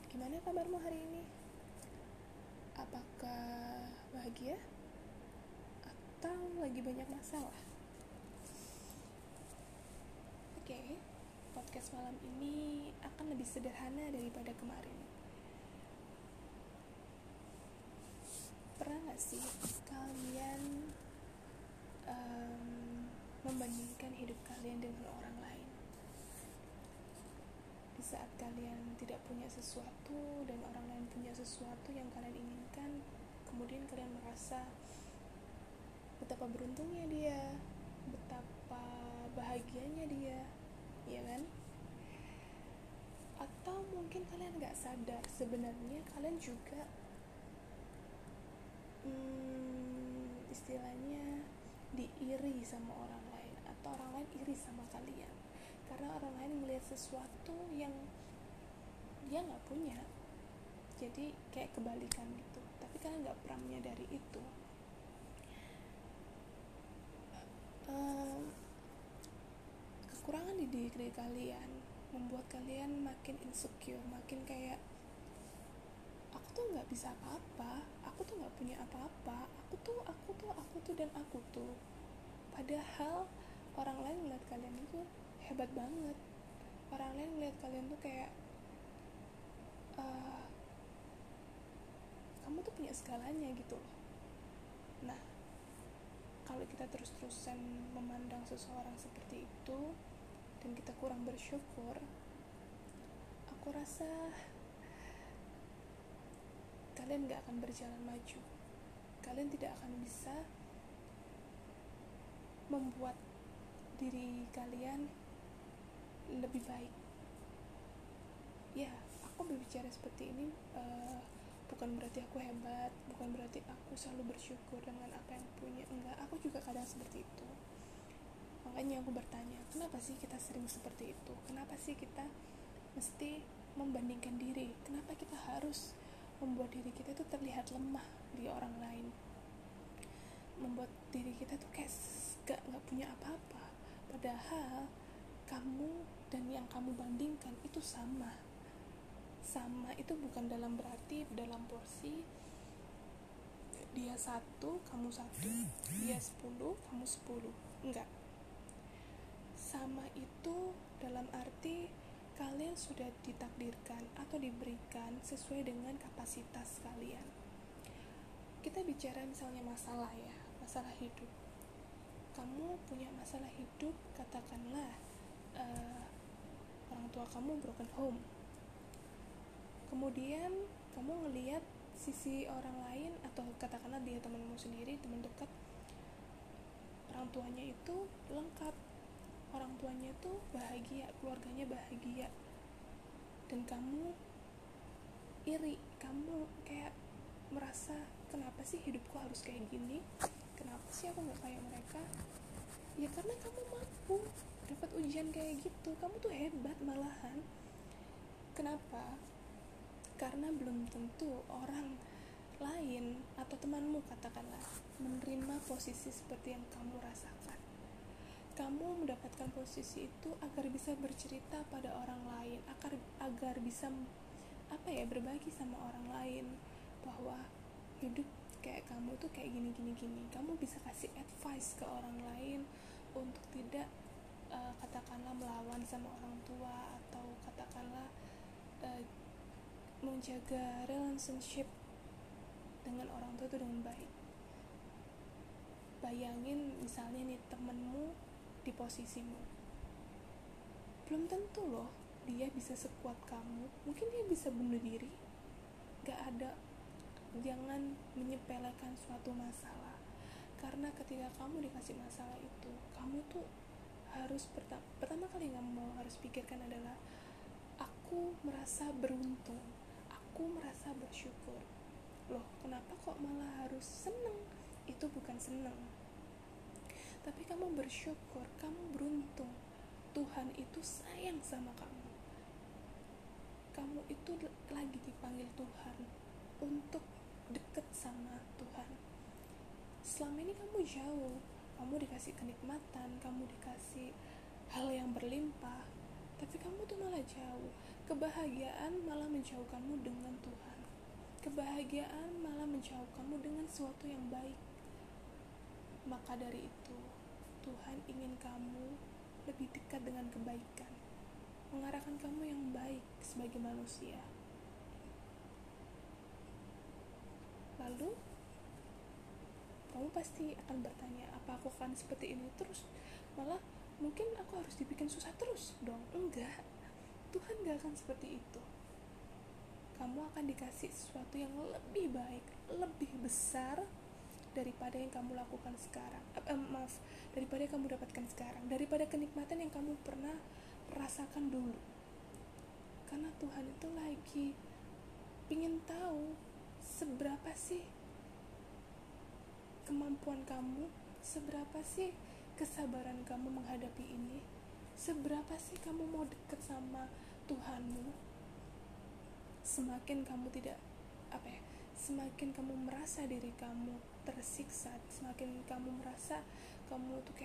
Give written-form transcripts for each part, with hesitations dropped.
Gimana kabarmu hari ini? Apakah bahagia? Atau lagi banyak masalah? Oke, podcast malam ini akan lebih sederhana daripada kemarin. Pernah gak sih kalian membandingkan hidup kalian dengan orang lain? Di saat kalian tidak punya sesuatu dan orang lain punya sesuatu yang kalian inginkan, kemudian kalian merasa betapa beruntungnya dia, betapa bahagianya dia, ya kan? Atau mungkin kalian gak sadar sebenarnya kalian juga istilahnya diiri sama orang lain, atau orang lain iri sama kalian karena orang lain melihat sesuatu yang dia gak punya. Jadi kayak kebalikan gitu, tapi kalian gak pernah menyadari itu. Kekurangan di diri kalian membuat kalian makin insecure, makin kayak aku tuh nggak bisa apa-apa, aku tuh nggak punya apa-apa, aku tuh dan aku tuh. Padahal orang lain melihat kalian itu hebat banget, orang lain melihat kalian tuh kayak kamu tuh punya segalanya gitu loh. Nah, kalau kita terus-terusan memandang seseorang seperti itu dan kita kurang bersyukur, aku rasa kalian gak akan berjalan maju. Kalian tidak akan bisa membuat diri kalian lebih baik. Ya, aku berbicara seperti ini bukan berarti aku hebat, bukan berarti aku selalu bersyukur dengan apa yang punya. Enggak, aku juga kadang seperti itu. Makanya aku bertanya, kenapa sih kita sering seperti itu? Kenapa sih kita mesti membandingkan diri? Kenapa kita harus membuat diri kita itu terlihat lemah di orang lain? Membuat diri kita tuh kayak gak punya apa-apa. Padahal kamu dan yang kamu bandingkan itu sama. Sama itu bukan dalam berarti dalam porsi dia 1, kamu 1, dia 10, kamu 10. Enggak. Sama itu dalam arti kalian sudah ditakdirkan atau diberikan sesuai dengan kapasitas kalian. Kita bicara misalnya masalah ya, masalah hidup. Kamu punya masalah hidup, katakanlah orang tua kamu broken home. Kemudian kamu ngelihat sisi orang lain, atau katakanlah dia temanmu sendiri, teman dekat, orang tuanya itu lengkap, orang tuanya itu bahagia, keluarganya bahagia, dan kamu iri, kamu kayak merasa kenapa sih hidupku harus kayak gini, kenapa sih aku gak kayak mereka. Ya karena kamu mampu dapat ujian kayak gitu, kamu tuh hebat malahan. Kenapa? Karena belum tentu orang lain atau temanmu katakanlah menerima posisi seperti yang kamu rasakan. Kamu mendapatkan posisi itu agar bisa bercerita pada orang lain, agar bisa berbagi sama orang lain bahwa hidup kayak kamu tuh kayak gini. Kamu bisa kasih advice ke orang lain untuk tidak katakanlah melawan sama orang tua, atau katakanlah menjaga relationship dengan orang tua itu dengan baik. Bayangin misalnya nih temenmu di posisimu, belum tentu loh dia bisa sekuat kamu, mungkin dia bisa bunuh diri. Gak ada, jangan menyepelekan suatu masalah, karena ketika kamu dikasih masalah itu, kamu tuh harus pertama kali kamu harus pikirkan adalah aku merasa beruntung, aku merasa bersyukur. Loh, kenapa kok malah harus seneng? Itu bukan seneng, tapi kamu bersyukur, kamu beruntung. Tuhan itu sayang sama kamu. Kamu itu lagi dipanggil Tuhan untuk deket sama Tuhan. Selama ini kamu jauh, kamu dikasih kenikmatan, kamu dikasih hal yang berlimpah, tapi kamu tuh malah jauh Kebahagiaan malah menjauhkanmu dengan Tuhan. Kebahagiaan malah menjauhkanmu dengan sesuatu yang baik. Maka dari itu, Tuhan ingin kamu lebih dekat dengan kebaikan, mengarahkan kamu yang baik sebagai manusia. Lalu, kamu pasti akan bertanya, apa aku akan seperti ini terus? Malah mungkin aku harus dibikin susah terus dong. Enggak, Tuhan gak akan seperti itu. Kamu akan dikasih sesuatu yang lebih baik, lebih besar daripada yang kamu lakukan sekarang. Daripada yang kamu dapatkan sekarang, daripada kenikmatan yang kamu pernah rasakan dulu. Karena Tuhan itu lagi ingin tahu seberapa sih kemampuan kamu, seberapa sih kesabaran kamu menghadapi ini, seberapa sih kamu mau dekat sama Tuhanmu. Semakin kamu semakin kamu merasa diri kamu tersiksa, semakin kamu merasa kamu tuh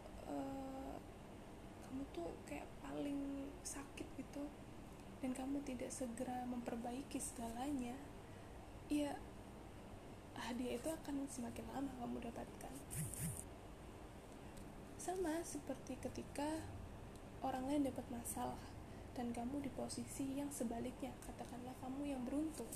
kayak paling sakit gitu, dan kamu tidak segera memperbaiki segalanya, ya hadiah itu akan semakin lama kamu dapatkan. Sama seperti ketika orang lain dapat masalah dan kamu di posisi yang sebaliknya, katakanlah kamu yang beruntung.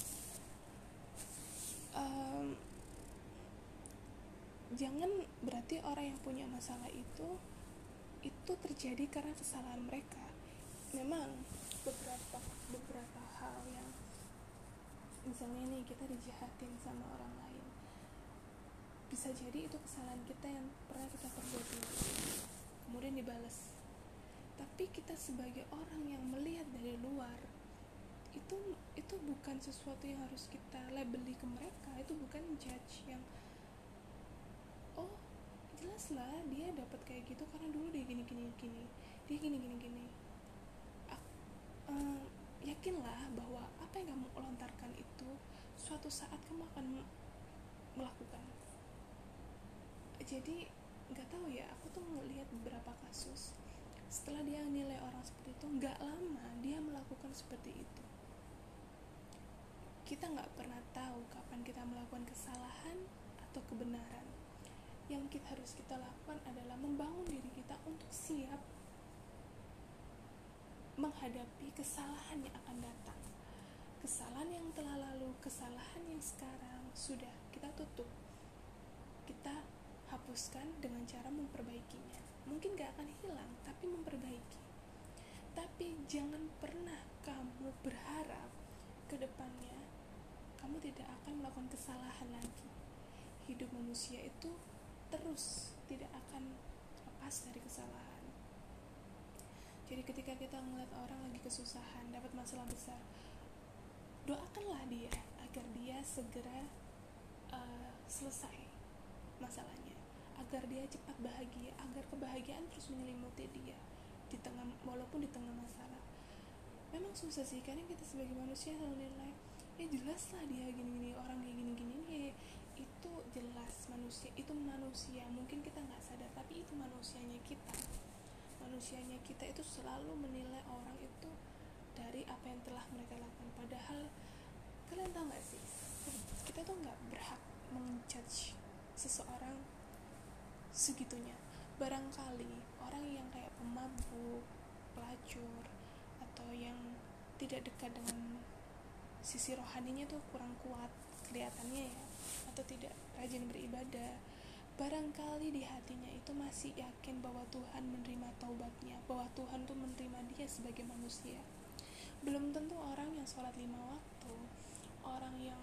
Jangan berarti orang yang punya masalah itu terjadi karena kesalahan mereka. Memang beberapa hal yang, misalnya nih, kita dijahatin sama orang lain, bisa jadi itu kesalahan kita yang pernah kita perbuat dulu, kemudian dibalas. Tapi kita sebagai orang yang melihat dari luar, itu bukan sesuatu yang harus kita labeli ke mereka. Itu bukan judge yang, oh jelas lah dia dapat kayak gitu karena dulu dia gini. Yakinlah bahwa apa yang kamu lontarkan itu suatu saat kamu akan melakukan. Jadi nggak tahu ya, aku tuh ngelihat beberapa kasus setelah dia nilai orang seperti itu, nggak lama dia melakukan seperti itu. Kita nggak pernah tahu kapan kita melakukan kesalahan atau kebenaran. Yang harus kita lakukan adalah membangun diri kita untuk siap menghadapi kesalahan yang akan datang. Kesalahan yang telah lalu, kesalahan yang sekarang sudah kita tutup, kita hapuskan dengan cara memperbaikinya. Mungkin gak akan hilang, tapi memperbaiki. Tapi jangan pernah kamu berharap ke depannya kamu tidak akan melakukan kesalahan lagi. Hidup manusia itu terus tidak akan lepas dari kesalahan. Jadi ketika kita melihat orang lagi kesusahan, dapat masalah besar, doakanlah dia agar dia segera selesai masalahnya, agar dia cepat bahagia, agar kebahagiaan terus menyelimuti dia walaupun di tengah masalah. Memang susah sih, karena kita sebagai manusia selalu nilai, ya jelas lah dia gini-gini, orang kayak gini-gini, ya itu jelas manusia. Mungkin kita nggak sadar, tapi itu manusianya kita itu selalu menilai orang itu dari apa yang telah mereka lakukan. Padahal kalian tahu nggak sih, kita tuh nggak berhak menjudge seseorang segitunya. Barangkali orang yang kayak pemabuk, pelacur, atau yang tidak dekat dengan sisi rohaninya tuh kurang kuat kelihatannya ya, atau tidak rajin beribadah, barangkali di hatinya itu masih yakin bahwa Tuhan menerima taubatnya, bahwa Tuhan tuh menerima dia sebagai manusia. Belum tentu orang yang sholat 5 waktu, orang yang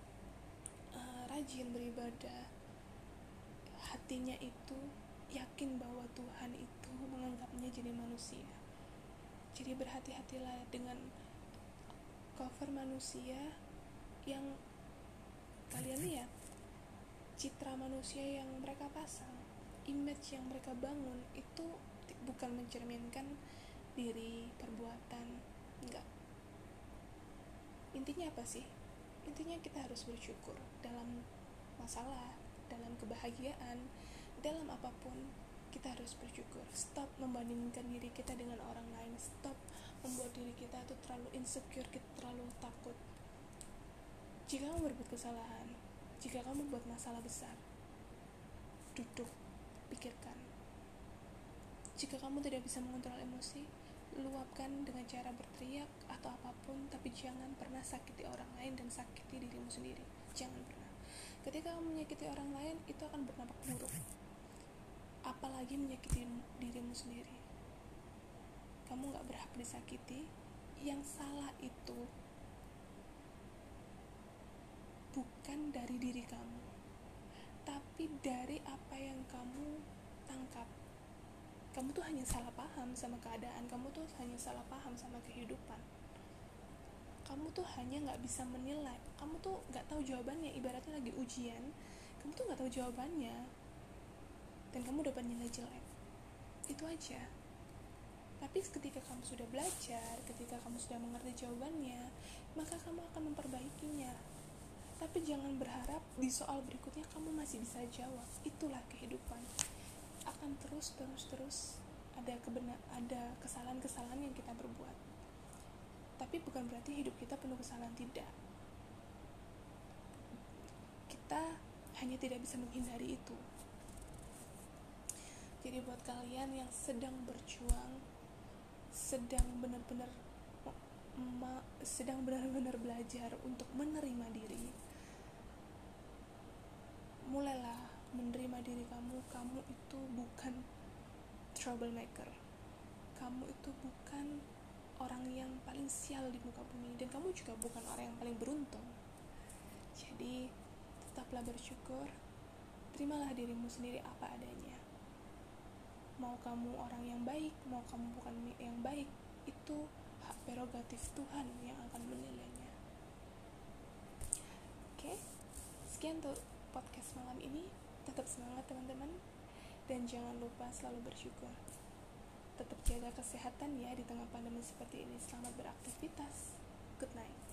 rajin beribadah, hatinya itu yakin bahwa Tuhan itu menganggapnya jadi manusia. Jadi berhati-hatilah dengan cover manusia yang kalian lihat, citra manusia yang mereka pasang, image yang mereka bangun, itu bukan mencerminkan diri, perbuatan, enggak. Intinya apa sih? Intinya kita harus bersyukur dalam masalah, dalam kebahagiaan, dalam apapun kita harus bersyukur. Stop membandingkan diri kita dengan orang lain. Stop membuat diri kita kita itu terlalu insecure, kita terlalu takut. Jika kamu berbuat kesalahan, jika kamu buat masalah besar, duduk, pikirkan. Jika kamu tidak bisa mengontrol emosi, luapkan dengan cara berteriak atau apapun, tapi jangan pernah sakiti orang lain dan sakiti dirimu sendiri. Jangan pernah. Ketika kamu menyakiti orang lain, itu akan berdampak buruk. Apalagi menyakiti dirimu sendiri. Kamu gak berhak disakiti. Yang salah itu bukan dari diri kamu, tapi dari apa yang kamu tangkap. Kamu tuh hanya salah paham sama keadaan, kamu tuh hanya salah paham sama kehidupan. Kamu tuh hanya gak bisa menilai, kamu tuh gak tahu jawabannya. Ibaratnya lagi ujian, kamu tuh gak tahu jawabannya, dan kamu dapat nilai jelek. Itu aja. Tapi ketika kamu sudah belajar, ketika kamu sudah mengerti jawabannya, maka kamu akan memperbaikinya. Tapi jangan berharap di soal berikutnya kamu masih bisa jawab. Itulah kehidupan. Akan terus ada kesalahan-kesalahan yang kita berbuat. Tapi bukan berarti hidup kita penuh kesalahan, tidak. Kita hanya tidak bisa menghindari itu. Jadi buat kalian yang sedang berjuang, sedang benar-benar belajar untuk menerima diri, mulailah menerima diri kamu. Kamu itu bukan troublemaker, kamu itu bukan orang yang paling sial di muka bumi, dan kamu juga bukan orang yang paling beruntung. Jadi tetaplah bersyukur, terimalah dirimu sendiri apa adanya. Mau kamu orang yang baik, mau kamu bukan yang baik, itu hak prerogatif Tuhan yang akan menilainya. Oke, sekian untuk podcast malam ini. Tetap semangat teman-teman, dan jangan lupa selalu bersyukur. Tetap jaga kesehatan ya di tengah pandemi seperti ini. Selamat beraktivitas. Good night.